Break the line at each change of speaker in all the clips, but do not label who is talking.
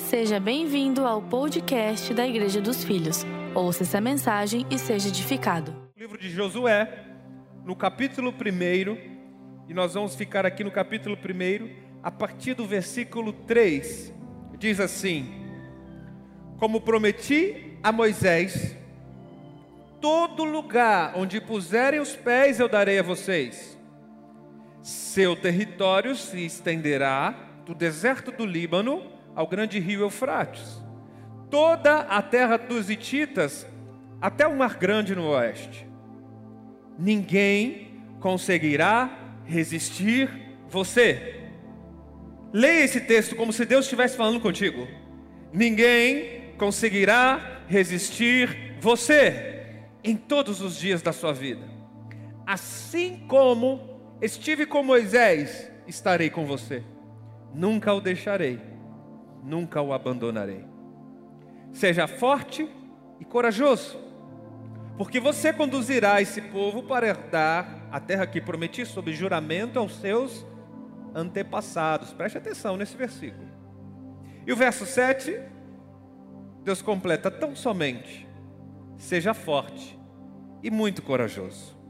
Seja bem-vindo ao podcast da Igreja dos Filhos. Ouça essa mensagem e seja edificado.
O livro de Josué, no capítulo 1, e nós vamos ficar aqui no capítulo 1, a partir do versículo 3, diz assim: como prometi a Moisés, todo lugar onde puserem os pés eu darei a vocês. Seu território se estenderá do deserto do Líbano ao grande rio Eufrates, toda a terra dos hititas até o mar grande no oeste. Ninguém conseguirá resistir você. Leia esse texto como se Deus estivesse falando contigo. Ninguém conseguirá resistir você em todos os dias da sua vida. Assim como estive com Moisés, estarei com você. Nunca o deixarei, nunca o abandonarei. Seja forte e corajoso, porque você conduzirá esse povo para herdar a terra que prometi sob juramento aos seus antepassados. Preste atenção nesse versículo. E o verso 7, Deus completa: tão somente seja forte e muito corajoso.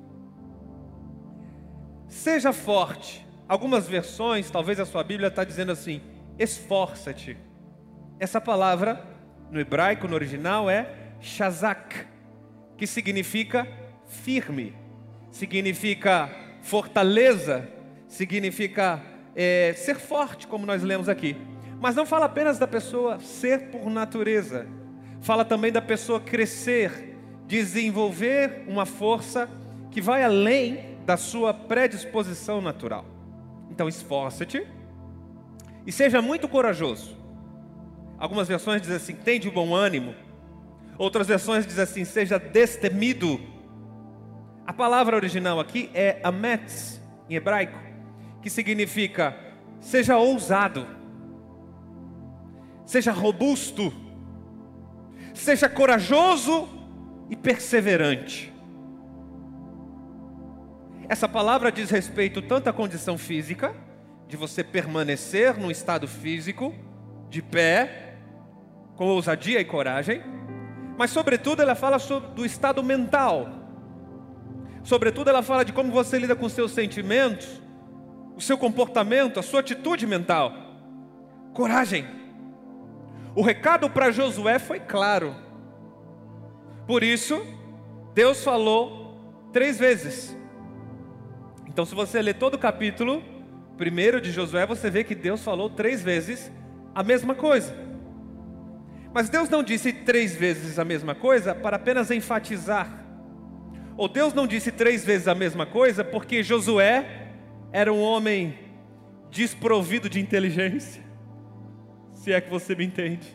Seja forte. Algumas versões, talvez a sua Bíblia está dizendo assim: esforça-te. Essa palavra no hebraico, no original, é shazak, que significa firme, significa fortaleza, significa ser forte, como nós lemos aqui. Mas não fala apenas da pessoa ser por natureza, fala também da pessoa crescer, desenvolver uma força que vai além da sua predisposição natural. Então esforça-te e seja muito corajoso. Algumas versões dizem assim: tem de bom ânimo. Outras versões dizem assim: seja destemido. A palavra original aqui é ametz, em hebraico, que significa seja ousado, seja robusto, seja corajoso e perseverante. Essa palavra diz respeito tanto à condição física, de você permanecer num estado físico, de pé, com ousadia e coragem, mas sobretudo ela fala do estado mental. Sobretudo ela fala de como você lida com os seus sentimentos, o seu comportamento, a sua atitude mental. Coragem. O recado para Josué foi claro. Por isso, Deus falou 3 vezes. Então, se você ler todo o capítulo 1 de Josué, você vê que Deus falou 3 vezes a mesma coisa. Mas Deus não disse 3 vezes a mesma coisa para apenas enfatizar. Ou Deus não disse 3 vezes a mesma coisa porque Josué era um homem desprovido de inteligência. Se é que você me entende.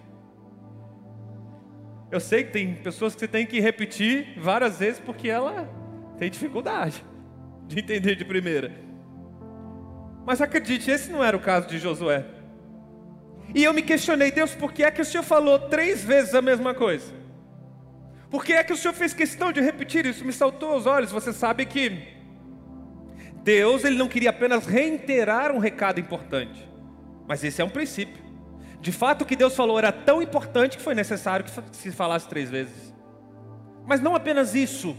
Eu sei que tem pessoas que você tem que repetir várias vezes porque ela tem dificuldade de entender de primeira. Mas acredite, esse não era o caso de Josué. E eu me questionei: Deus, por que é que o Senhor falou 3 vezes a mesma coisa? Por que é que o Senhor fez questão de repetir isso? Me saltou aos olhos. Você sabe que Deus, Ele não queria apenas reiterar um recado importante, mas esse é um princípio. De fato, o que Deus falou era tão importante que foi necessário que se falasse 3 vezes. Mas não apenas isso.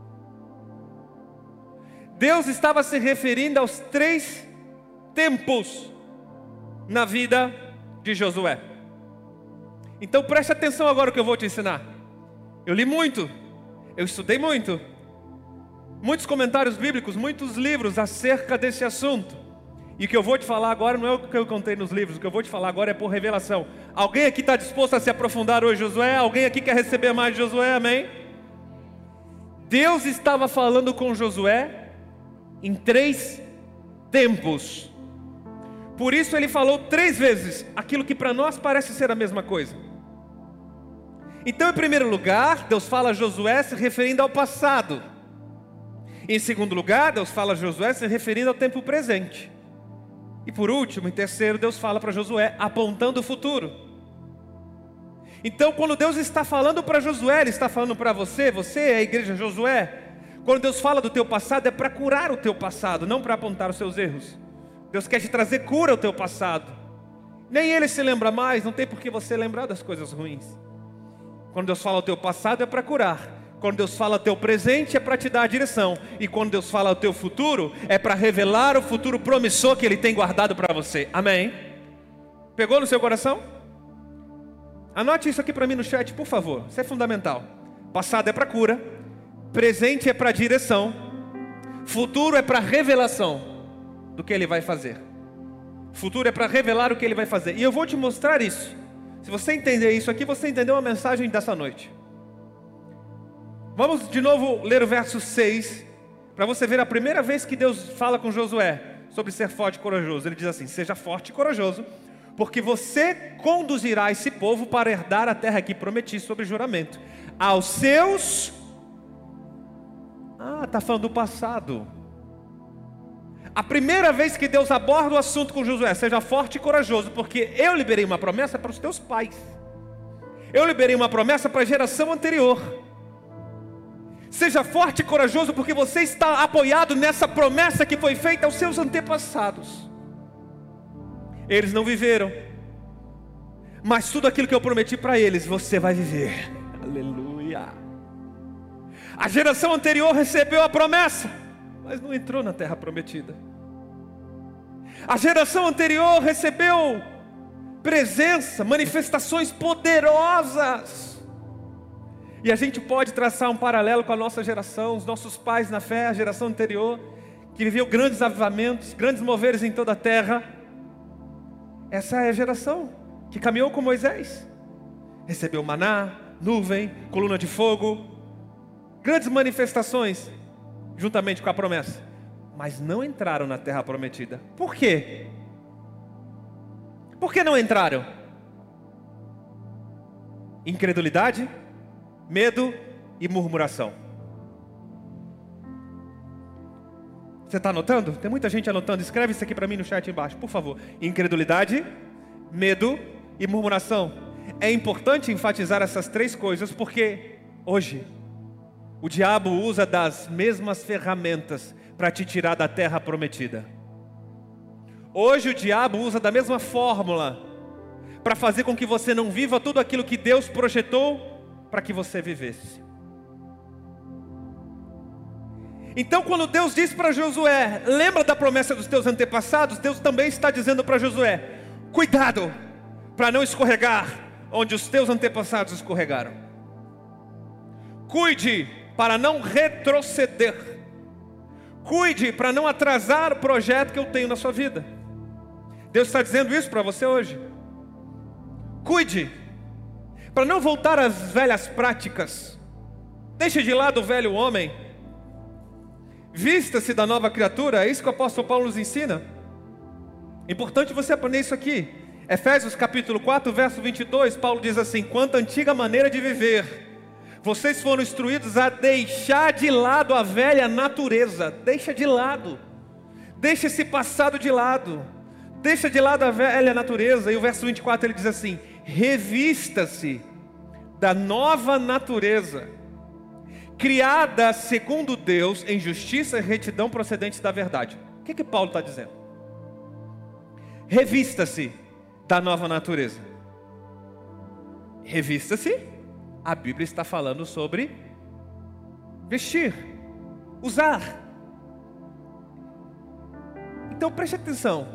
Deus estava se referindo aos 3 tempos na vida de Josué. Então preste atenção agora no que eu vou te ensinar. Eu li muito, eu estudei muito, muitos comentários bíblicos, muitos livros acerca desse assunto. E o que eu vou te falar agora não é o que eu contei nos livros, o que eu vou te falar agora é por revelação. Alguém aqui está disposto a se aprofundar hoje, Josué? Alguém aqui quer receber mais de Josué? Amém? Deus estava falando com Josué em 3 tempos. Por isso ele falou 3 vezes aquilo que para nós parece ser a mesma coisa. Então, em primeiro lugar, Deus fala a Josué se referindo ao passado. Em segundo lugar, Deus fala a Josué se referindo ao tempo presente. E por último, em terceiro, Deus fala para Josué apontando o futuro. Então, quando Deus está falando para Josué, Ele está falando para você. Você é a igreja Josué. Quando Deus fala do teu passado, é para curar o teu passado, não para apontar os seus erros. Deus quer te trazer cura ao teu passado. Nem Ele se lembra mais, não tem por que você lembrar das coisas ruins. Quando Deus fala o teu passado é para curar. Quando Deus fala o teu presente é para te dar a direção. E quando Deus fala o teu futuro é para revelar o futuro promissor que Ele tem guardado para você. Amém? Pegou no seu coração? Anote isso aqui para mim no chat, por favor. Isso é fundamental. Passado é para cura. Presente é para direção. Futuro é para revelação do que Ele vai fazer. Futuro é para revelar o que Ele vai fazer. E eu vou te mostrar isso. Se você entender isso aqui, você entendeu a mensagem dessa noite. Vamos de novo ler o verso 6, para você ver a primeira vez que Deus fala com Josué sobre ser forte e corajoso. Ele diz assim: seja forte e corajoso, porque você conduzirá esse povo para herdar a terra que prometi sobre juramento. Aos seus... está falando do passado. A primeira vez que Deus aborda o assunto com Josué: seja forte e corajoso, porque eu liberei uma promessa para os teus pais. Eu liberei uma promessa para a geração anterior. Seja forte e corajoso, porque você está apoiado nessa promessa que foi feita aos seus antepassados. Eles não viveram, mas tudo aquilo que eu prometi para eles, você vai viver. Aleluia. A geração anterior recebeu a promessa, mas não entrou na terra prometida. A geração anterior recebeu presença, manifestações poderosas. E a gente pode traçar um paralelo com a nossa geração, os nossos pais na fé, a geração anterior, que viveu grandes avivamentos, grandes moveres em toda a terra. Essa é a geração que caminhou com Moisés. Recebeu maná, nuvem, coluna de fogo, grandes manifestações, juntamente com a promessa. Mas não entraram na terra prometida. Por quê? Por que não entraram? Incredulidade, medo e murmuração. Você está anotando? Tem muita gente anotando. Escreve isso aqui para mim no chat embaixo, por favor. Incredulidade, medo e murmuração. É importante enfatizar essas três coisas, porque hoje o diabo usa das mesmas ferramentas para te tirar da terra prometida. Hoje o diabo usa da mesma fórmula para fazer com que você não viva tudo aquilo que Deus projetou para que você vivesse. Então, quando Deus diz para Josué: lembra da promessa dos teus antepassados, Deus também está dizendo para Josué: cuidado para não escorregar onde os teus antepassados escorregaram. Cuide para não retroceder. Cuide para não atrasar o projeto que eu tenho na sua vida. Deus está dizendo isso para você hoje. Cuide para não voltar às velhas práticas. Deixe de lado o velho homem. Vista-se da nova criatura. É isso que o apóstolo Paulo nos ensina. Importante você aprender isso aqui. Efésios capítulo 4, verso 22, Paulo diz assim: quanto à antiga maneira de viver, vocês foram instruídos a deixar de lado a velha natureza. Deixa de lado. Deixa esse passado de lado. Deixa de lado a velha natureza. E o verso 24 ele diz assim: revista-se da nova natureza, criada segundo Deus em justiça e retidão procedentes da verdade. O que Paulo está dizendo? Revista-se da nova natureza. Revista-se. A Bíblia está falando sobre vestir, usar. Então preste atenção.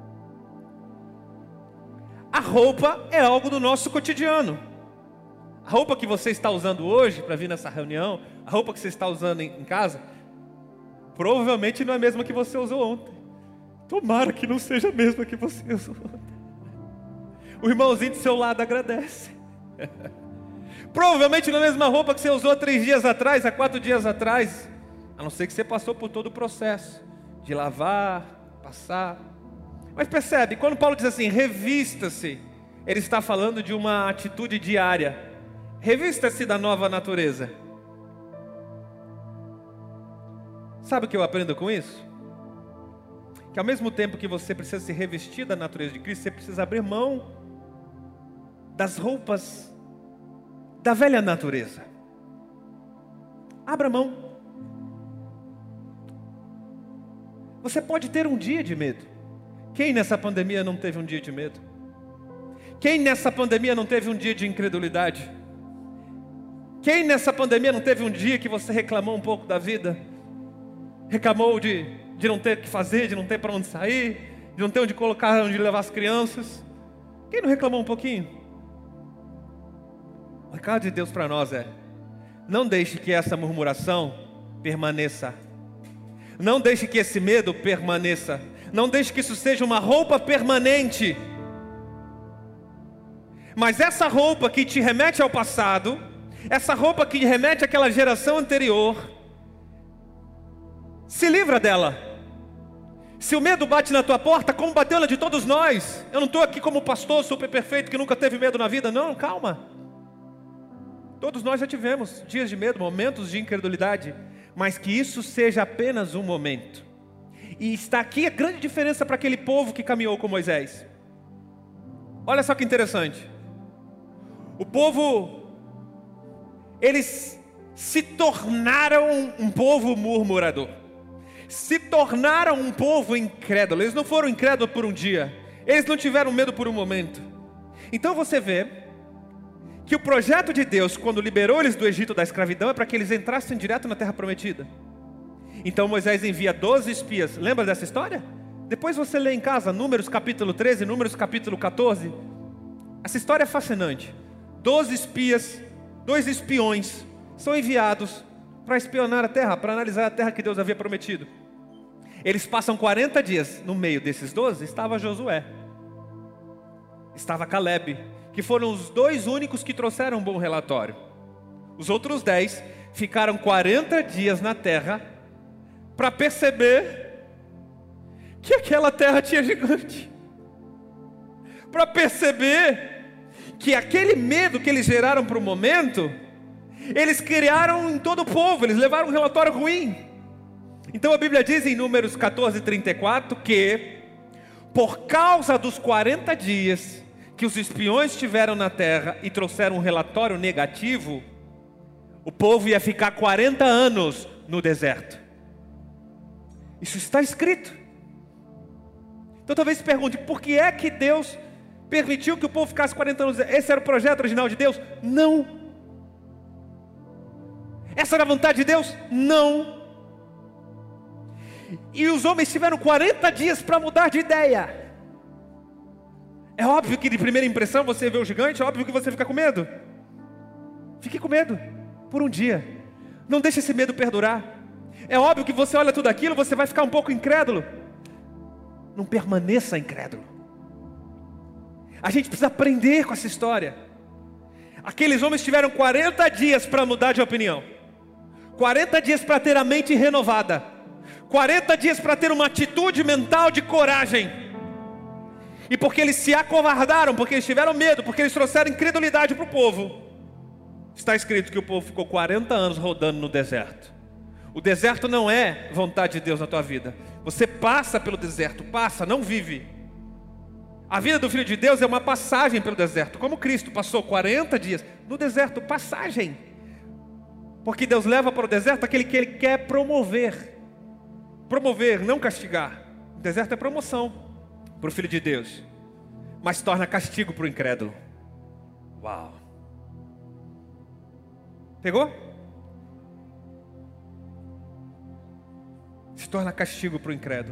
A roupa é algo do nosso cotidiano. A roupa que você está usando hoje para vir nessa reunião, a roupa que você está usando em casa, provavelmente não é a mesma que você usou ontem. Tomara que não seja a mesma que você usou ontem. O irmãozinho do seu lado agradece. Provavelmente não é a mesma roupa que você usou há 3 dias atrás, há 4 dias atrás. A não ser que você passou por todo o processo de lavar, passar. Mas percebe, quando Paulo diz assim, revista-se, ele está falando de uma atitude diária. Revista-se da nova natureza. Sabe o que eu aprendo com isso? Que ao mesmo tempo que você precisa se revestir da natureza de Cristo, você precisa abrir mão das roupas da velha natureza. Abra mão. Você pode ter um dia de medo. Quem nessa pandemia não teve um dia de medo? Quem nessa pandemia não teve um dia de incredulidade? Quem nessa pandemia não teve um dia que você reclamou um pouco da vida? Reclamou de não ter o que fazer, de não ter para onde sair, de não ter onde colocar, onde levar as crianças? Quem não reclamou um pouquinho? O recado de Deus para nós é: não deixe que essa murmuração permaneça. Não deixe que esse medo permaneça. Não deixe que isso seja uma roupa permanente. Mas essa roupa que te remete ao passado, essa roupa que remete àquela geração anterior, se livra dela. Se o medo bate na tua porta, como bateu na de todos nós. Eu não estou aqui como pastor super perfeito que nunca teve medo na vida. Não, calma. Todos nós já tivemos dias de medo, momentos de incredulidade. Mas que isso seja apenas um momento. E está aqui a grande diferença para aquele povo que caminhou com Moisés. Olha só que interessante. O povo, eles se tornaram um povo murmurador. Se tornaram um povo incrédulo. Eles não foram incrédulos por um dia. Eles não tiveram medo por um momento. Então você vê que o projeto de Deus, quando liberou eles do Egito da escravidão, é para que eles entrassem direto na terra prometida. Então Moisés envia 12 espias. Lembra dessa história? Depois você lê em casa, Números capítulo 13, Números capítulo 14. Essa história é fascinante. 12 espias, 2 espiões, são enviados para espionar a terra, para analisar a terra que Deus havia prometido. Eles passam 40 dias. No meio desses 12 estava Josué, estava Caleb, que foram os 2 únicos que trouxeram um bom relatório. Os outros 10 ficaram 40 dias na terra para perceber que aquela terra tinha gigante, para perceber que aquele medo que eles geraram para o momento, eles criaram em todo o povo. Eles levaram um relatório ruim. Então a Bíblia diz em Números 14:34 que por causa dos 40 dias que os espiões estiveram na terra e trouxeram um relatório negativo, o povo ia ficar 40 anos no deserto. Isso está escrito. Então talvez se pergunte, por que é que Deus permitiu que o povo ficasse 40 anos? Esse era o projeto original de Deus? Não. Essa era a vontade de Deus? Não. E os homens tiveram 40 dias para mudar de ideia. É óbvio que de primeira impressão você vê o gigante, é óbvio que você fica com medo. Fique com medo por um dia. Não deixe esse medo perdurar. É óbvio que você olha tudo aquilo, você vai ficar um pouco incrédulo. Não permaneça incrédulo. A gente precisa aprender com essa história. Aqueles homens tiveram 40 dias para mudar de opinião. 40 dias para ter a mente renovada. 40 dias para ter uma atitude mental de coragem. E porque eles se acovardaram, porque eles tiveram medo, porque eles trouxeram incredulidade para o povo, está escrito que o povo ficou 40 anos rodando no deserto. O deserto não é vontade de Deus na tua vida. Você passa pelo deserto, passa, não vive. A vida do Filho de Deus é uma passagem pelo deserto. Como Cristo passou 40 dias no deserto, passagem. Porque Deus leva para o deserto aquele que Ele quer promover. Promover, não castigar. O deserto é promoção para o Filho de Deus, mas torna castigo para o incrédulo. Uau! Pegou? Se torna castigo para o incrédulo.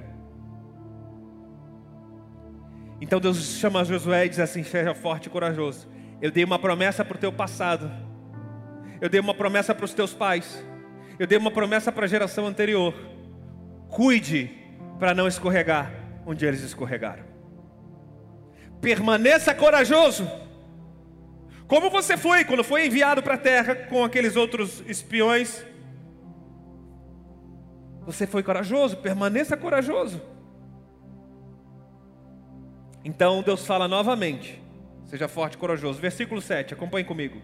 Então Deus chama Josué e diz assim: seja forte e corajoso. Eu dei uma promessa para o teu passado. Eu dei uma promessa para os teus pais. Eu dei uma promessa para a geração anterior. Cuide para não escorregar onde eles escorregaram. Permaneça corajoso. Como você foi quando foi enviado para a terra com aqueles outros espiões. Você foi corajoso, permaneça corajoso. Então Deus fala novamente: seja forte e corajoso. Versículo 7, acompanhe comigo.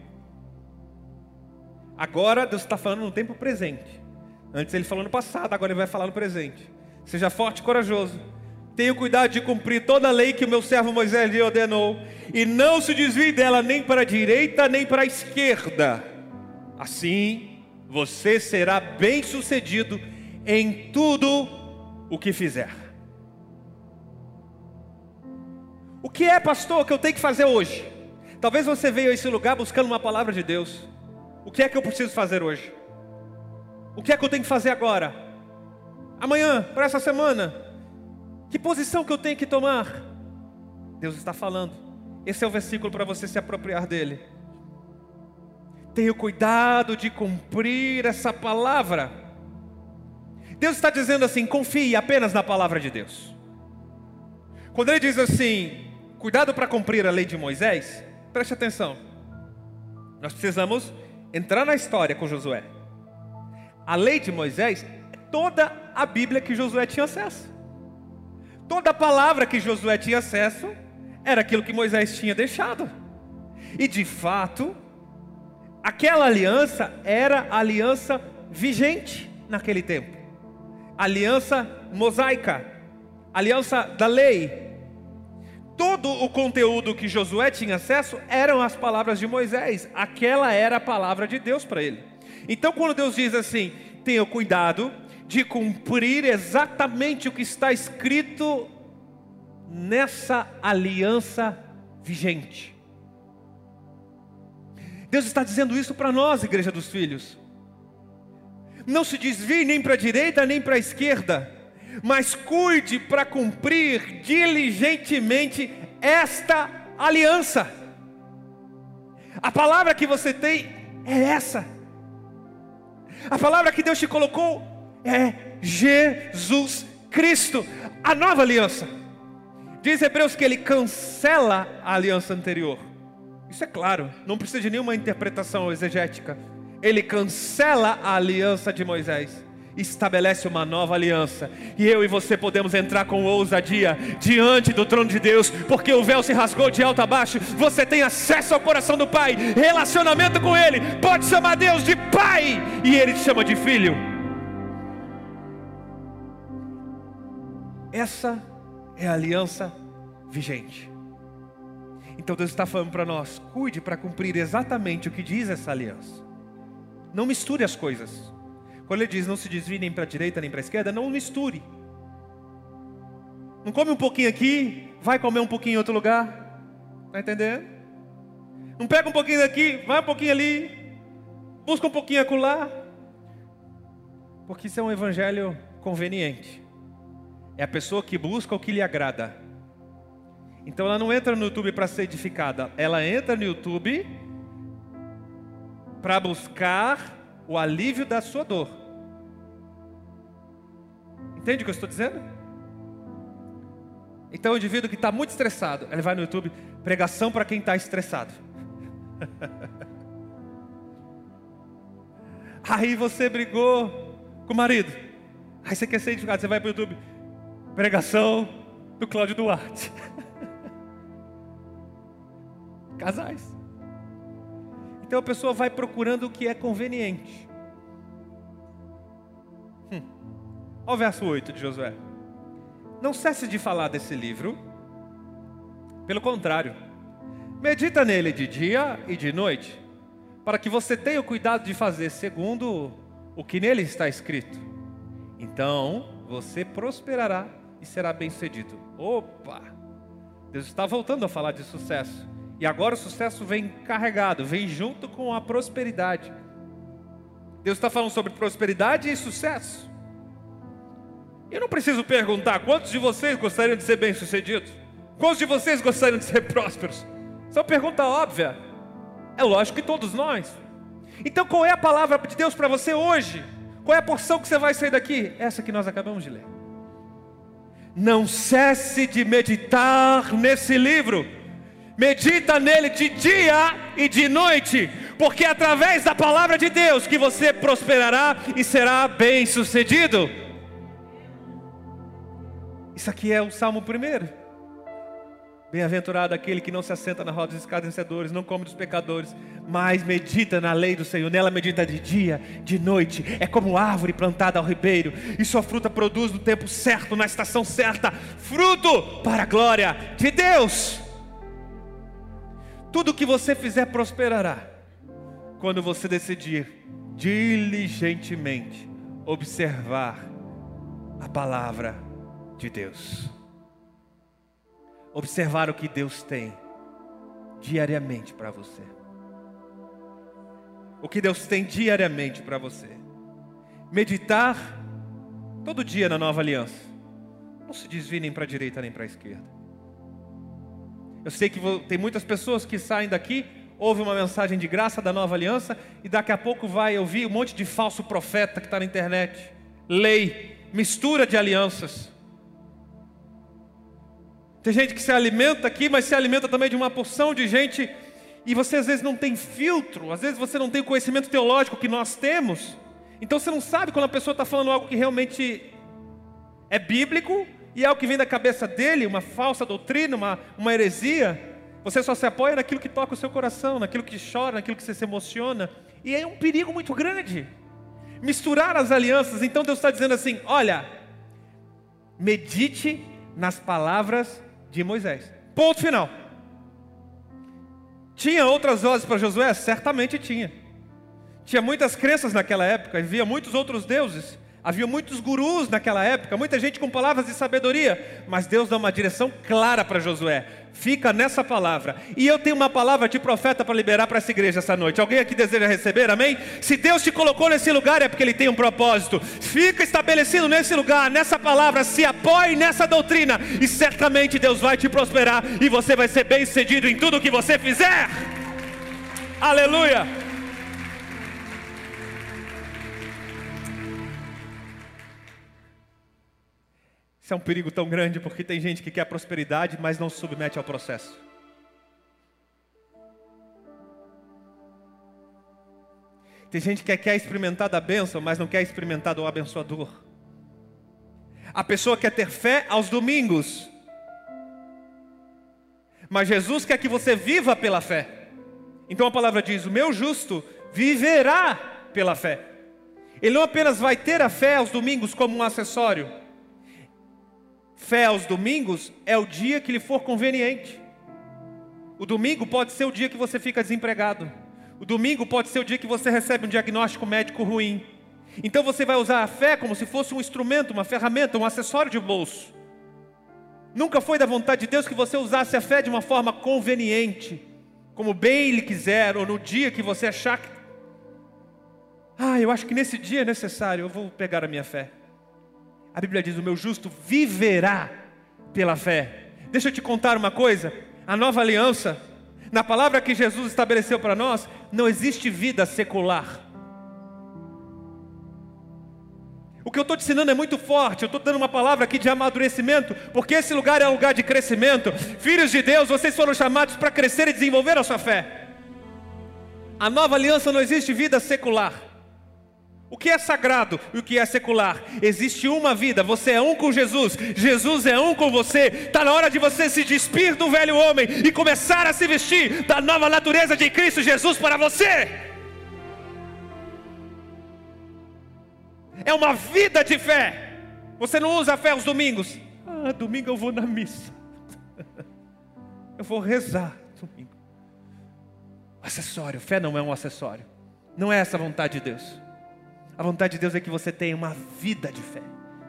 Agora Deus está falando no tempo presente. Antes Ele falou no passado, agora Ele vai falar no presente. Seja forte e corajoso. Tenha cuidado de cumprir toda a lei que o meu servo Moisés lhe ordenou. E não se desvie dela nem para a direita nem para a esquerda. Assim você será bem sucedido em tudo o que fizer. O que é, pastor, que eu tenho que fazer hoje? Talvez você veio a esse lugar buscando uma palavra de Deus. O que é que eu preciso fazer hoje? O que é que eu tenho que fazer agora? Amanhã, para essa semana? Que posição que eu tenho que tomar? Deus está falando. Esse é o versículo para você se apropriar dele. Tenha cuidado de cumprir essa palavra. Deus está dizendo assim: confie apenas na palavra de Deus. Quando ele diz assim, cuidado para cumprir a lei de Moisés, preste atenção. Nós precisamos entrar na história com Josué. A lei de Moisés é toda a Bíblia que Josué tinha acesso. Toda a palavra que Josué tinha acesso era aquilo que Moisés tinha deixado. E de fato, aquela aliança era a aliança vigente naquele tempo. Aliança mosaica, aliança da lei. Todo o conteúdo que Josué tinha acesso eram as palavras de Moisés. Aquela era a palavra de Deus para ele. Então quando Deus diz assim, tenha cuidado de cumprir exatamente o que está escrito nessa aliança vigente. Deus está dizendo isso para nós, Igreja dos Filhos. Não se desvie nem para a direita nem para a esquerda, mas cuide para cumprir diligentemente esta aliança. A palavra que você tem é essa. A palavra que Deus te colocou é Jesus Cristo, a nova aliança. Diz Hebreus que ele cancela a aliança anterior. Isso é claro, não precisa de nenhuma interpretação exegética. Ele cancela a aliança de Moisés, estabelece uma nova aliança. E eu e você podemos entrar com ousadia diante do trono de Deus, porque o véu se rasgou de alto a baixo. Você tem acesso ao coração do Pai, relacionamento com Ele. Pode chamar Deus de Pai, e Ele te chama de Filho. Essa é a aliança vigente. Então Deus está falando para nós, cuide para cumprir exatamente o que diz essa aliança. Não misture as coisas. Quando ele diz não se desvie nem para a direita nem para a esquerda, não misture. Não come um pouquinho aqui, vai comer um pouquinho em outro lugar. Está entendendo? Não pega um pouquinho daqui, vai um pouquinho ali, busca um pouquinho acolá. Porque isso é um evangelho conveniente. É a pessoa que busca o que lhe agrada. Então ela não entra no YouTube para ser edificada, ela entra no YouTube para buscar o alívio da sua dor. Entende o que eu estou dizendo? Então o indivíduo que está muito estressado, ele vai no YouTube, pregação para quem está estressado. Aí você brigou com o marido, aí você quer ser edificado, você vai para o YouTube, pregação do Cláudio Duarte. Casais. Então a pessoa vai procurando o que é conveniente. Olha o verso 8 de Josué. Não cesse de falar desse livro. Pelo contrário, medita nele de dia e de noite, para que você tenha o cuidado de fazer segundo o que nele está escrito. Então você prosperará e será bem-sucedido. Opa! Deus está voltando a falar de sucesso. E agora o sucesso vem carregado, vem junto com a prosperidade. Deus está falando sobre prosperidade e sucesso. Eu não preciso perguntar quantos de vocês gostariam de ser bem-sucedidos? Quantos de vocês gostariam de ser prósperos? Isso é uma pergunta óbvia. É lógico que todos nós. Então qual é a palavra de Deus para você hoje? Qual é a porção que você vai sair daqui? Essa que nós acabamos de ler. Não cesse de meditar nesse livro. Medita nele de dia e de noite, porque é através da palavra de Deus que você prosperará e será bem-sucedido. Isso aqui é o Salmo 1. Bem-aventurado aquele que não se assenta na roda dos escarnecedores, não come dos pecadores, mas medita na lei do Senhor. Nela medita de dia, de noite. É como árvore plantada ao ribeiro, e sua fruta produz no tempo certo, na estação certa, fruto para a glória de Deus. Tudo que você fizer prosperará, quando você decidir diligentemente observar a palavra de Deus. observar o que Deus tem diariamente para você. O que Deus tem diariamente para você. Meditar todo dia na nova aliança. Não se desvie nem para a direita nem para a esquerda. Eu sei que tem muitas pessoas que saem daqui, ouvem uma mensagem de graça da nova aliança e daqui a pouco vai ouvir um monte de falso profeta que está na internet. Lei, mistura de alianças. Tem gente que se alimenta aqui, mas se alimenta também de uma porção de gente. E você às vezes não tem filtro, às vezes você não tem o conhecimento teológico que nós temos. Então você não sabe quando a pessoa está falando algo que realmente é bíblico e é algo que vem da cabeça dele, uma falsa doutrina, uma heresia. Você só se apoia naquilo que toca o seu coração, naquilo que chora, naquilo que você se emociona. E é um perigo muito grande. Misturar as alianças. Então Deus está dizendo assim, olha, medite nas palavras de Moisés. Ponto final. Tinha outras vozes para Josué? Certamente tinha. Tinha muitas crenças naquela época, havia muitos outros deuses, havia muitos gurus naquela época, muita gente com palavras de sabedoria, mas Deus dá uma direção clara para Josué. Fica nessa palavra. E eu tenho uma palavra de profeta para liberar para essa igreja essa noite. Alguém aqui deseja receber, amém? Se Deus te colocou nesse lugar é porque Ele tem um propósito. Fica estabelecido nesse lugar, nessa palavra, se apoie nessa doutrina e certamente Deus vai te prosperar e você vai ser bem sucedido em tudo que você fizer. Aleluia! Isso é um perigo tão grande porque tem gente que quer prosperidade, mas não se submete ao processo. Tem gente que quer experimentar da bênção, mas não quer experimentar do abençoador. A pessoa quer ter fé aos domingos, mas Jesus quer que você viva pela fé. Então a palavra diz, o meu justo viverá pela fé. Ele não apenas vai ter a fé aos domingos como um acessório. Fé aos domingos é o dia que lhe for conveniente. O domingo pode ser o dia que você fica desempregado. O domingo pode ser o dia que você recebe um diagnóstico médico ruim. Então você vai usar a fé como se fosse um instrumento, uma ferramenta, um acessório de bolso. Nunca foi da vontade de Deus que você usasse a fé de uma forma conveniente, como bem lhe quiser, ou no dia que você achar que... eu acho que nesse dia é necessário, eu vou pegar a minha fé. A Bíblia diz, o meu justo viverá pela fé. Deixa eu te contar uma coisa. A nova aliança, na palavra que Jesus estabeleceu para nós, não existe vida secular. O que eu estou te ensinando é muito forte. Eu estou dando uma palavra aqui de amadurecimento, porque esse lugar é um lugar de crescimento. Filhos de Deus, vocês foram chamados para crescer e desenvolver a sua fé. A nova aliança não existe vida secular. O que é sagrado e o que é secular? Existe uma vida, você é um com Jesus, Jesus é um com você. Está na hora de você se despir do velho homem e começar a se vestir da nova natureza de Cristo Jesus para você. É uma vida de fé. Você não usa a fé aos domingos. Domingo eu vou na missa. Eu vou rezar domingo. Acessório, fé não é um acessório. Não é essa a vontade de Deus. A vontade de Deus é que você tenha uma vida de fé.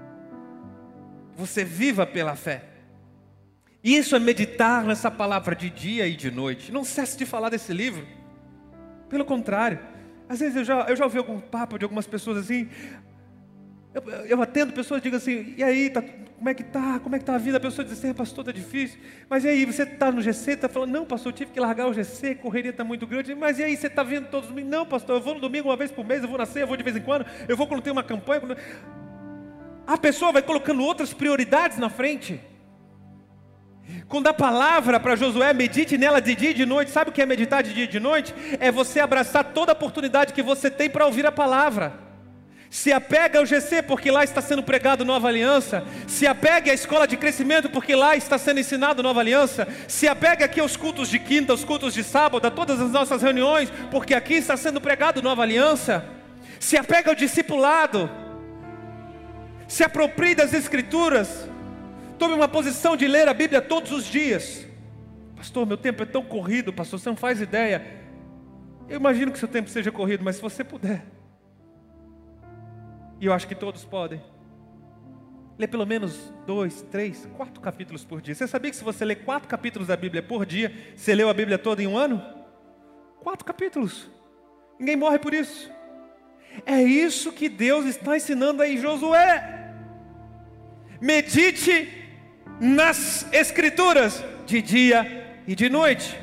Você viva pela fé. Isso é meditar nessa palavra de dia e de noite. Não cesse de falar desse livro. Pelo contrário. Às vezes eu já ouvi algum papo de algumas pessoas assim. Eu atendo pessoas e digo assim, e aí, como é que tá a vida? A pessoa diz assim, pastor, tá difícil. Mas e aí, você está no GC, está falando, não pastor, eu tive que largar o GC, a correria está muito grande. Mas e aí, você está vindo todos os domingos? Não pastor, eu vou no domingo uma vez por mês, eu vou na ceia, eu vou de vez em quando, eu vou quando tem uma campanha. A pessoa vai colocando outras prioridades na frente. Quando a palavra para Josué, medite nela de dia e de noite. Sabe o que é meditar de dia e de noite? É você abraçar toda a oportunidade que você tem para ouvir a palavra. Se apegue ao GC porque lá está sendo pregado nova aliança. Se apegue à escola de crescimento porque lá está sendo ensinado nova aliança. Se apegue aqui aos cultos de quinta, aos cultos de sábado, a todas as nossas reuniões, porque aqui está sendo pregado nova aliança. Se apegue ao discipulado. Se aproprie das escrituras. Tome uma posição de ler a Bíblia todos os dias. Pastor, meu tempo é tão corrido, pastor, você não faz ideia. Eu imagino que seu tempo seja corrido, mas se você puder, e eu acho que todos podem, Lê pelo menos 2, 3, 4 capítulos por dia. Você sabia que se você ler 4 capítulos da Bíblia por dia, você leu a Bíblia toda em um ano? 4 capítulos. Ninguém morre por isso. É isso que Deus está ensinando aí em Josué. Medite nas Escrituras de dia e de noite.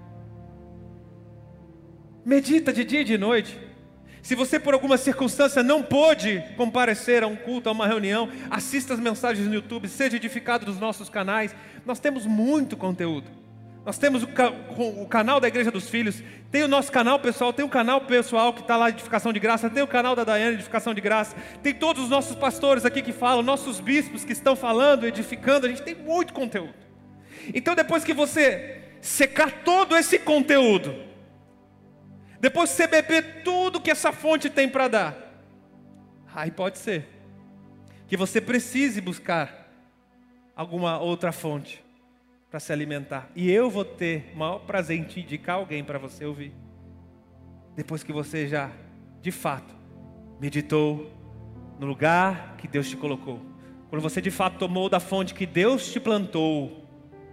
Medita de dia e de noite. Se você por alguma circunstância não pôde comparecer a um culto, a uma reunião, assista as mensagens no YouTube, seja edificado nos nossos canais. Nós temos muito conteúdo. Nós temos o canal da Igreja dos Filhos, tem o nosso canal pessoal, tem o canal pessoal que está lá, Edificação de Graça, tem o canal da Daiane, Edificação de Graça, tem todos os nossos pastores aqui que falam, nossos bispos que estão falando, edificando, a gente tem muito conteúdo. Então depois que você secar todo esse conteúdo, depois que você beber tudo que essa fonte tem para dar, aí pode ser que você precise buscar alguma outra fonte para se alimentar. E eu vou ter o maior prazer em te indicar alguém para você ouvir. Depois que você já, de fato, meditou no lugar que Deus te colocou. Quando você de fato tomou da fonte que Deus te plantou.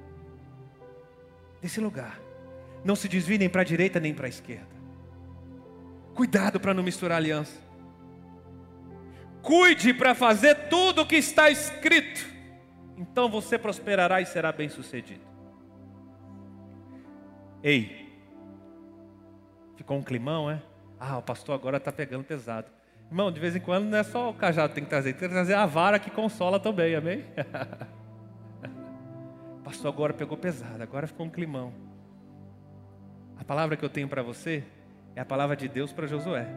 Desse lugar. Não se desvie nem para a direita nem para a esquerda. Cuidado para não misturar aliança. Cuide para fazer tudo o que está escrito. Então você prosperará e será bem sucedido. Ei, ficou um climão, é? O pastor agora está pegando pesado. Irmão, de vez em quando não é só o cajado que tem que trazer a vara que consola também, amém? O pastor agora pegou pesado, agora ficou um climão. A palavra que eu tenho para você é a palavra de Deus para Josué.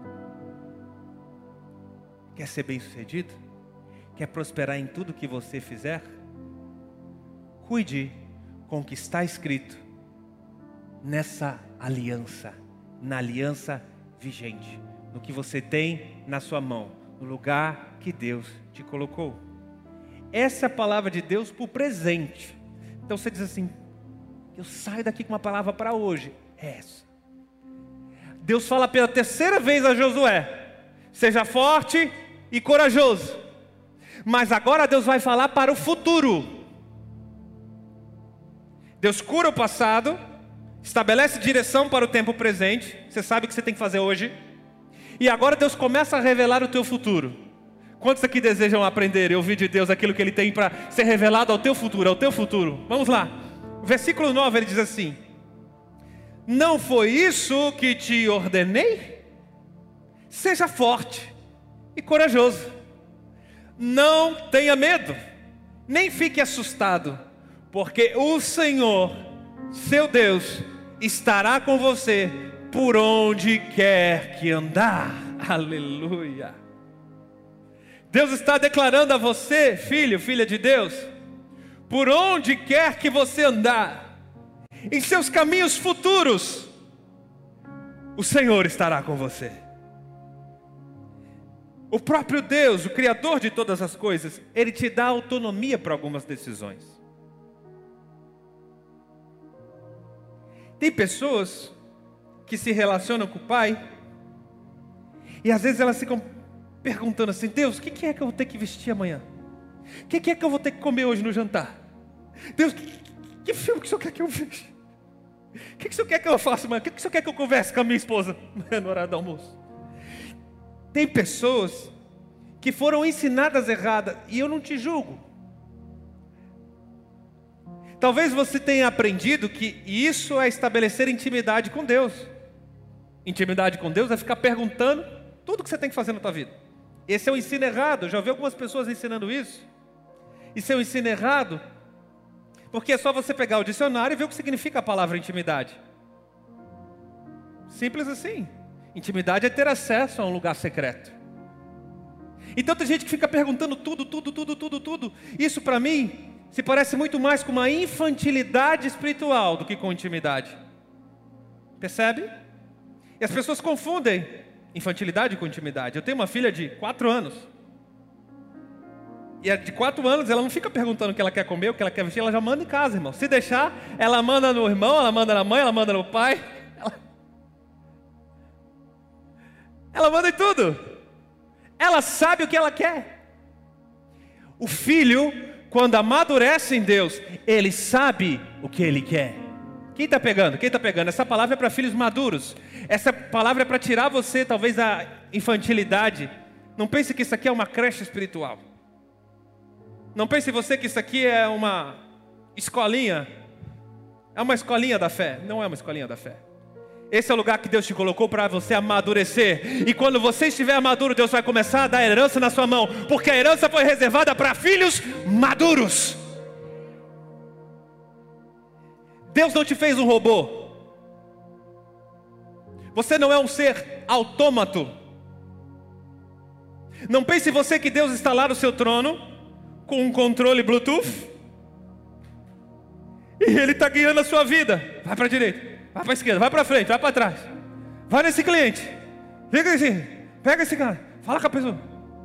Quer ser bem sucedido? Quer prosperar em tudo que você fizer? Cuide com o que está escrito nessa aliança, na aliança vigente, no que você tem na sua mão, no lugar que Deus te colocou. Essa é a palavra de Deus para o presente. Então você diz assim, eu saio daqui com uma palavra para hoje, é essa. Deus fala pela terceira vez a Josué, seja forte e corajoso. Mas agora Deus vai falar para o futuro. Deus cura o passado, estabelece direção para o tempo presente. Você sabe o que você tem que fazer hoje. E agora Deus começa a revelar o teu futuro. Quantos aqui desejam aprender e ouvir de Deus aquilo que Ele tem para ser revelado ao teu futuro, ao teu futuro? Vamos lá. O versículo 9 ele diz assim: não foi isso que te ordenei? Seja forte e corajoso. Não tenha medo, nem fique assustado, porque o Senhor, seu Deus, estará com você por onde quer que andar. Aleluia. Deus está declarando a você, filho, filha de Deus, por onde quer que você andar, em seus caminhos futuros, o Senhor estará com você. O próprio Deus, o Criador de todas as coisas, Ele te dá autonomia para algumas decisões. Tem pessoas que se relacionam com o Pai e às vezes elas ficam perguntando assim: Deus, o que é que eu vou ter que vestir amanhã? O que é que eu vou ter que comer hoje no jantar? Deus, que filme que o Senhor quer que eu veja? O que o Senhor quer que eu faça amanhã? O que o Senhor quer que eu converse com a minha esposa no horário do almoço? Tem pessoas que foram ensinadas erradas, e eu não te julgo. Talvez você tenha aprendido que isso é estabelecer intimidade com Deus. Intimidade com Deus é ficar perguntando tudo que você tem que fazer na tua vida. Esse é o ensino errado. Eu já vi algumas pessoas ensinando isso. Isso é um ensino errado, porque é só você pegar o dicionário e ver o que significa a palavra intimidade. Simples assim. Intimidade é ter acesso a um lugar secreto. Então tem gente que fica perguntando tudo. Isso para mim se parece muito mais com uma infantilidade espiritual do que com intimidade. Percebe? E as pessoas confundem infantilidade com intimidade. Eu tenho uma filha de 4 anos. E de 4 anos ela não fica perguntando o que ela quer comer, o que ela quer vestir, ela já manda em casa, irmão. Se deixar, ela manda no irmão, ela manda na mãe, ela manda no pai. Ela manda em tudo. Ela sabe o que ela quer. O filho, quando amadurece em Deus, ele sabe o que ele quer. Quem está pegando? Quem está pegando? Essa palavra é para filhos maduros. Essa palavra é para tirar você, talvez, da infantilidade. Não pense que isso aqui é uma creche espiritual. Não pense você que isso aqui é uma escolinha. É uma escolinha da fé. Não é uma escolinha da fé. Esse é o lugar que Deus te colocou para você amadurecer. E quando você estiver maduro, Deus vai começar a dar herança na sua mão. Porque a herança foi reservada para filhos maduros. Deus não te fez um robô. Você não é um ser autômato. Não pense você que Deus está lá no seu trono com um controle Bluetooth e Ele está guiando a sua vida. Vai para a direita, vai para a esquerda, vai para frente, vai para trás. Vai nesse cliente, fica assim, pega esse cara, fala com a pessoa.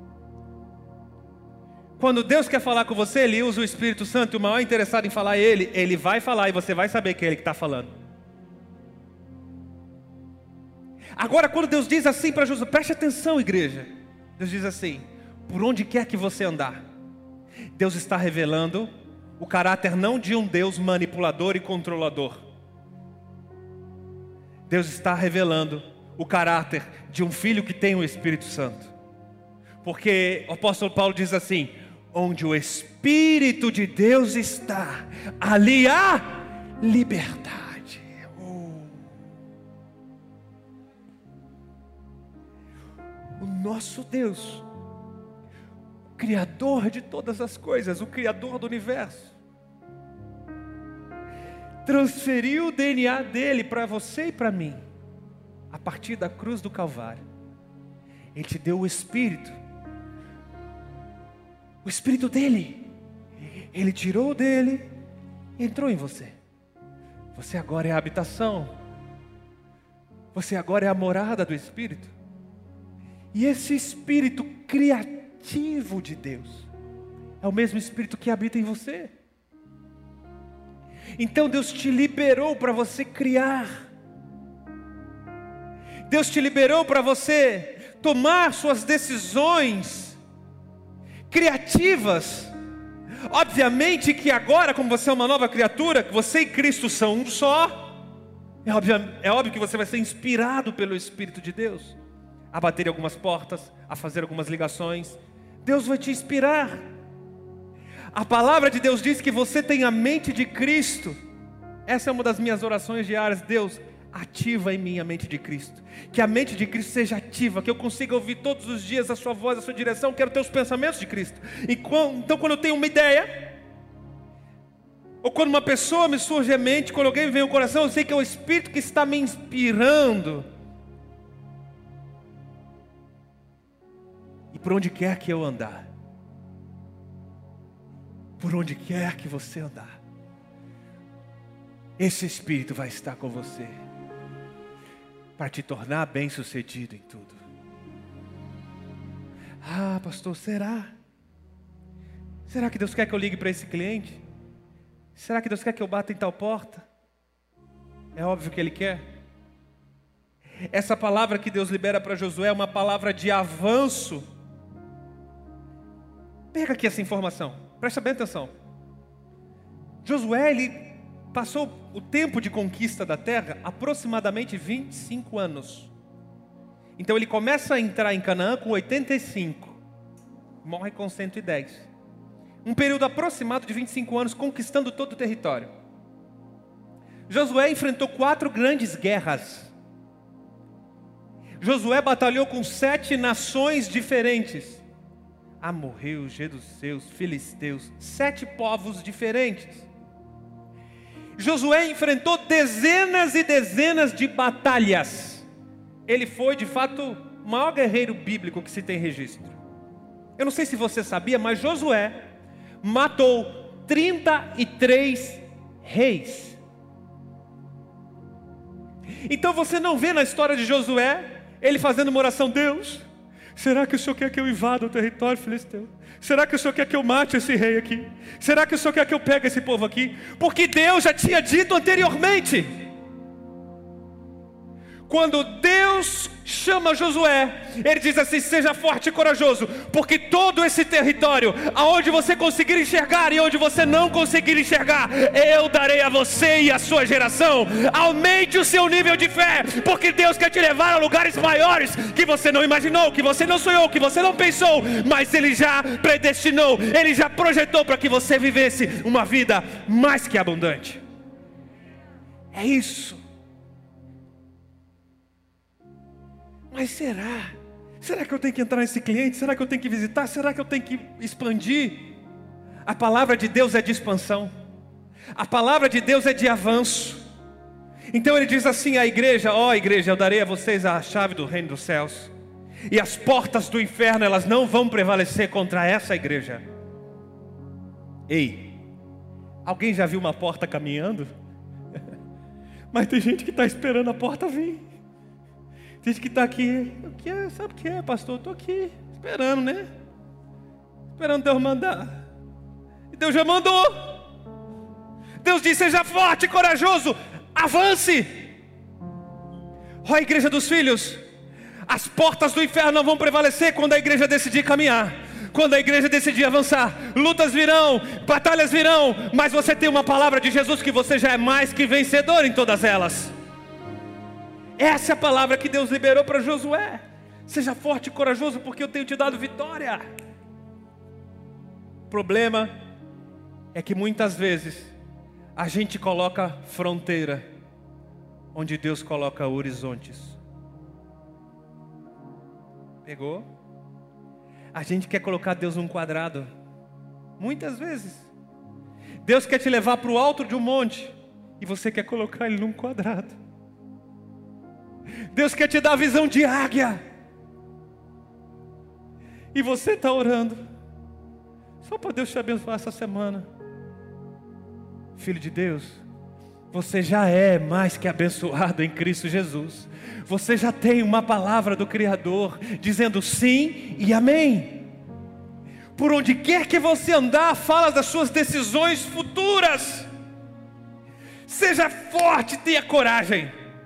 Quando Deus quer falar com você, Ele usa o Espírito Santo. E o maior interessado em falar é Ele. Ele vai falar e você vai saber que é Ele que está falando. Agora, quando Deus diz assim para Josué, preste atenção, igreja. Deus diz assim: por onde quer que você andar, Deus está revelando o caráter não de um Deus manipulador e controlador. Deus está revelando o caráter de um filho que tem o Espírito Santo. Porque o apóstolo Paulo diz assim: onde o Espírito de Deus está, ali há liberdade. O nosso Deus, o Criador de todas as coisas, o Criador do universo, transferiu o DNA dele para você e para mim, a partir da cruz do Calvário. Ele te deu o Espírito dele. Ele tirou dele e entrou em você. Você agora é a habitação. Você agora é a morada do Espírito. E esse Espírito criativo de Deus é o mesmo Espírito que habita em você. Então Deus te liberou para você criar. Deus te liberou para você tomar suas decisões criativas. Obviamente que agora, como você é uma nova criatura, você e Cristo são um só, é óbvio que você vai ser inspirado pelo Espírito de Deus a bater em algumas portas, a fazer algumas ligações. Deus vai te inspirar. A palavra de Deus diz que você tem a mente de Cristo. Essa é uma das minhas orações diárias. Deus, ativa em mim a mente de Cristo. Que a mente de Cristo seja ativa, que eu consiga ouvir todos os dias a sua voz, a sua direção. Quero ter os pensamentos de Cristo. Então quando eu tenho uma ideia, ou quando uma pessoa me surge à mente, quando alguém me vem ao coração, eu sei que é o Espírito que está me inspirando. E por onde quer que eu andar, por onde quer que você andar, esse Espírito vai estar com você, para te tornar bem-sucedido em tudo. Ah, pastor, será? Será que Deus quer que eu ligue para esse cliente? Será que Deus quer que eu bata em tal porta? É óbvio que Ele quer. Essa palavra que Deus libera para Josué é uma palavra de avanço. Pega aqui essa informação, presta bem atenção. Josué, ele passou o tempo de conquista da terra aproximadamente 25 anos. Então ele começa a entrar em Canaã com 85, morre com 110. Um período aproximado de 25 anos conquistando todo o território. Josué enfrentou 4 grandes guerras. Josué batalhou com 7 nações diferentes. Amorreus, jebuseus, filisteus, 7 povos diferentes. Josué enfrentou dezenas e dezenas de batalhas. Ele foi de fato o maior guerreiro bíblico que se tem registro. Eu não sei se você sabia, mas Josué matou 33 reis. Então você não vê na história de Josué ele fazendo uma oração: Deus, será que o Senhor quer que eu invada o território filisteu? Será que o Senhor quer que eu mate esse rei aqui? Será que o Senhor quer que eu pegue esse povo aqui? Porque Deus já tinha dito anteriormente. Quando Deus Deus chama Josué, ele diz assim: seja forte e corajoso, porque todo esse território, aonde você conseguir enxergar e onde você não conseguir enxergar, eu darei a você e a sua geração. Aumente o seu nível de fé, porque Deus quer te levar a lugares maiores, que você não imaginou, que você não sonhou, que você não pensou, mas Ele já predestinou, Ele já projetou para que você vivesse uma vida mais que abundante. É isso. Mas será que eu tenho que entrar nesse cliente? Será que eu tenho que visitar? Será que eu tenho que expandir? A palavra de Deus é de expansão. A palavra de Deus é de avanço. Então ele diz assim à igreja: ó igreja, eu darei a vocês a chave do reino dos céus, e as portas do inferno, elas não vão prevalecer contra essa igreja. Ei, alguém já viu uma porta caminhando? Mas tem gente que está esperando a porta vir. Tem gente que está aqui: o que é? Sabe o que é, pastor? Estou aqui, esperando, né? Esperando Deus mandar. E Deus já mandou. Deus diz: seja forte e corajoso, avance. Ó igreja dos filhos, as portas do inferno não vão prevalecer quando a igreja decidir caminhar, quando a igreja decidir avançar. Lutas virão, batalhas virão, mas você tem uma palavra de Jesus que você já é mais que vencedor em todas elas. Essa é a palavra que Deus liberou para Josué: seja forte e corajoso, porque eu tenho te dado vitória. O problema é que muitas vezes a gente coloca fronteira onde Deus coloca horizontes. Pegou? A gente quer colocar Deus num quadrado. Muitas vezes Deus quer te levar para o alto de um monte, e você quer colocar Ele num quadrado. Deus quer te dar a visão de águia, e você está orando só para Deus te abençoar essa semana. Filho de Deus, você já é mais que abençoado em Cristo Jesus. Você já tem uma palavra do Criador dizendo sim e amém. Por onde quer que você andar, fala das suas decisões futuras. Seja forte, tenha coragem.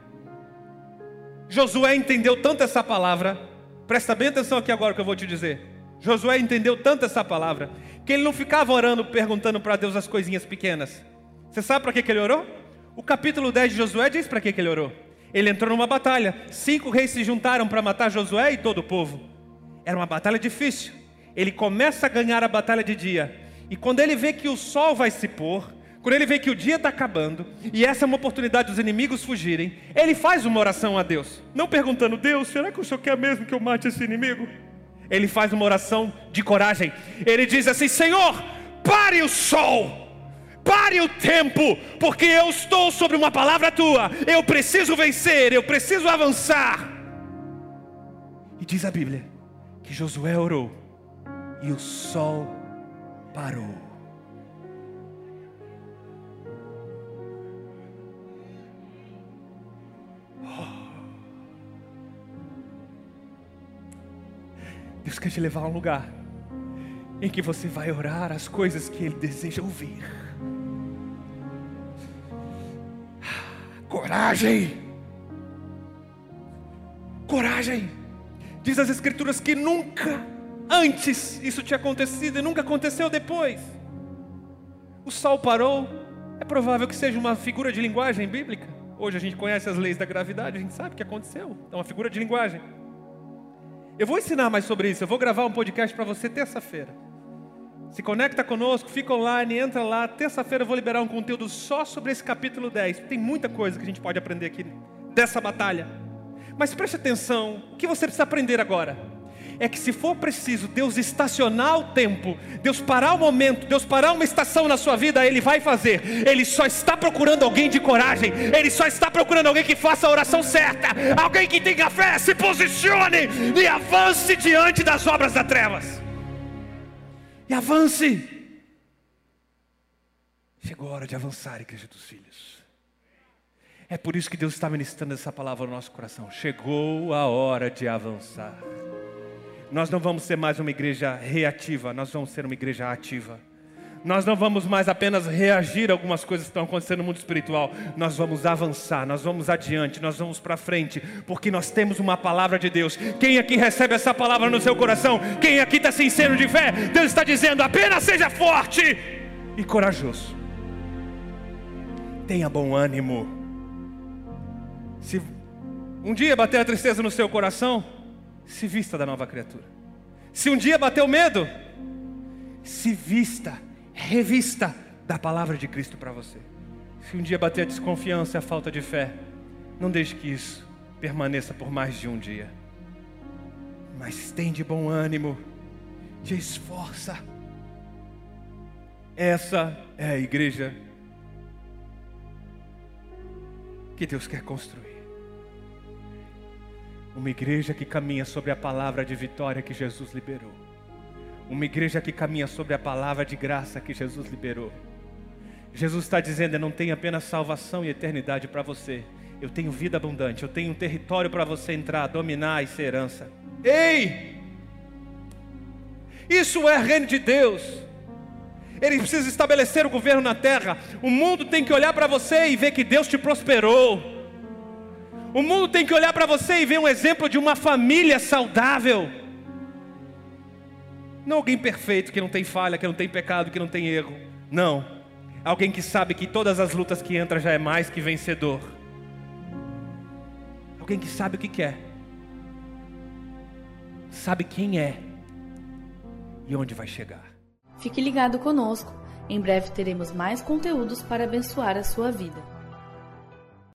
Josué entendeu tanto essa palavra. Presta bem atenção aqui agora que eu vou te dizer. Josué entendeu tanto essa palavra, que ele não ficava orando, perguntando para Deus as coisinhas pequenas. Você sabe para que ele orou? O capítulo 10 de Josué diz para que ele orou. Ele entrou numa batalha. 5 reis se juntaram para matar Josué e todo o povo. Era uma batalha difícil. Ele começa a ganhar a batalha de dia, e quando ele vê que o sol vai se pôr, quando ele vê que o dia está acabando, e essa é uma oportunidade dos inimigos fugirem, ele faz uma oração a Deus, não perguntando: Deus, será que o Senhor quer mesmo que eu mate esse inimigo? Ele faz uma oração de coragem. Ele diz assim: Senhor, pare o sol, pare o tempo, porque eu estou sobre uma palavra tua. Eu preciso vencer, eu preciso avançar. E diz a Bíblia que Josué orou e o sol parou. Deus quer te levar a um lugar em que você vai orar as coisas que Ele deseja ouvir. Coragem. Coragem. Diz as Escrituras que nunca antes isso tinha acontecido e nunca aconteceu depois. O sol parou. É provável que seja uma figura de linguagem bíblica. Hoje a gente conhece as leis da gravidade, a gente sabe o que aconteceu. É uma figura de linguagem. Eu vou ensinar mais sobre isso. Eu vou gravar um podcast para você terça-feira. Se conecta conosco, fica online, entra lá. Terça-feira eu vou liberar um conteúdo só sobre esse capítulo 10. Tem muita coisa que a gente pode aprender aqui dessa batalha. Mas preste atenção, o que você precisa aprender agora é que se for preciso Deus estacionar o tempo, Deus parar o momento, Deus parar uma estação na sua vida, Ele vai fazer. Ele só está procurando alguém de coragem. Ele só está procurando alguém que faça a oração certa, alguém que tenha fé, se posicione e avance diante das obras das trevas. E avance. Chegou a hora de avançar, igreja dos filhos. É por isso que Deus está ministrando essa palavra no nosso coração. Chegou a hora de avançar. Nós não vamos ser mais uma igreja reativa, nós vamos ser uma igreja ativa. Nós não vamos mais apenas reagir a algumas coisas que estão acontecendo no mundo espiritual. Nós vamos avançar, nós vamos adiante, nós vamos para frente, porque nós temos uma palavra de Deus. Quem aqui recebe essa palavra no seu coração? Quem aqui está sincero de fé? Deus está dizendo: apenas seja forte e corajoso. Tenha bom ânimo. Se um dia bater a tristeza no seu coração, se vista da nova criatura. Se um dia bater o medo, se vista, revista da palavra de Cristo para você. Se um dia bater a desconfiança e a falta de fé, não deixe que isso permaneça por mais de um dia. Mas tem de bom ânimo, te esforça. Essa é a igreja que Deus quer construir. Uma igreja que caminha sobre a palavra de vitória que Jesus liberou. Uma igreja que caminha sobre a palavra de graça que Jesus liberou. Jesus está dizendo: eu não tenho apenas salvação e eternidade para você. Eu tenho vida abundante. Eu tenho um território para você entrar, dominar e ser herança. Ei! Isso é reino de Deus. Ele precisa estabelecer o governo na terra. O mundo tem que olhar para você e ver que Deus te prosperou. O mundo tem que olhar para você e ver um exemplo de uma família saudável. Não alguém perfeito, que não tem falha, que não tem pecado, que não tem erro. Não. Alguém que sabe que todas as lutas que entra já é mais que vencedor. Alguém que sabe o que quer. Sabe quem é e onde vai chegar.
Fique ligado conosco. Em breve teremos mais conteúdos para abençoar a sua vida.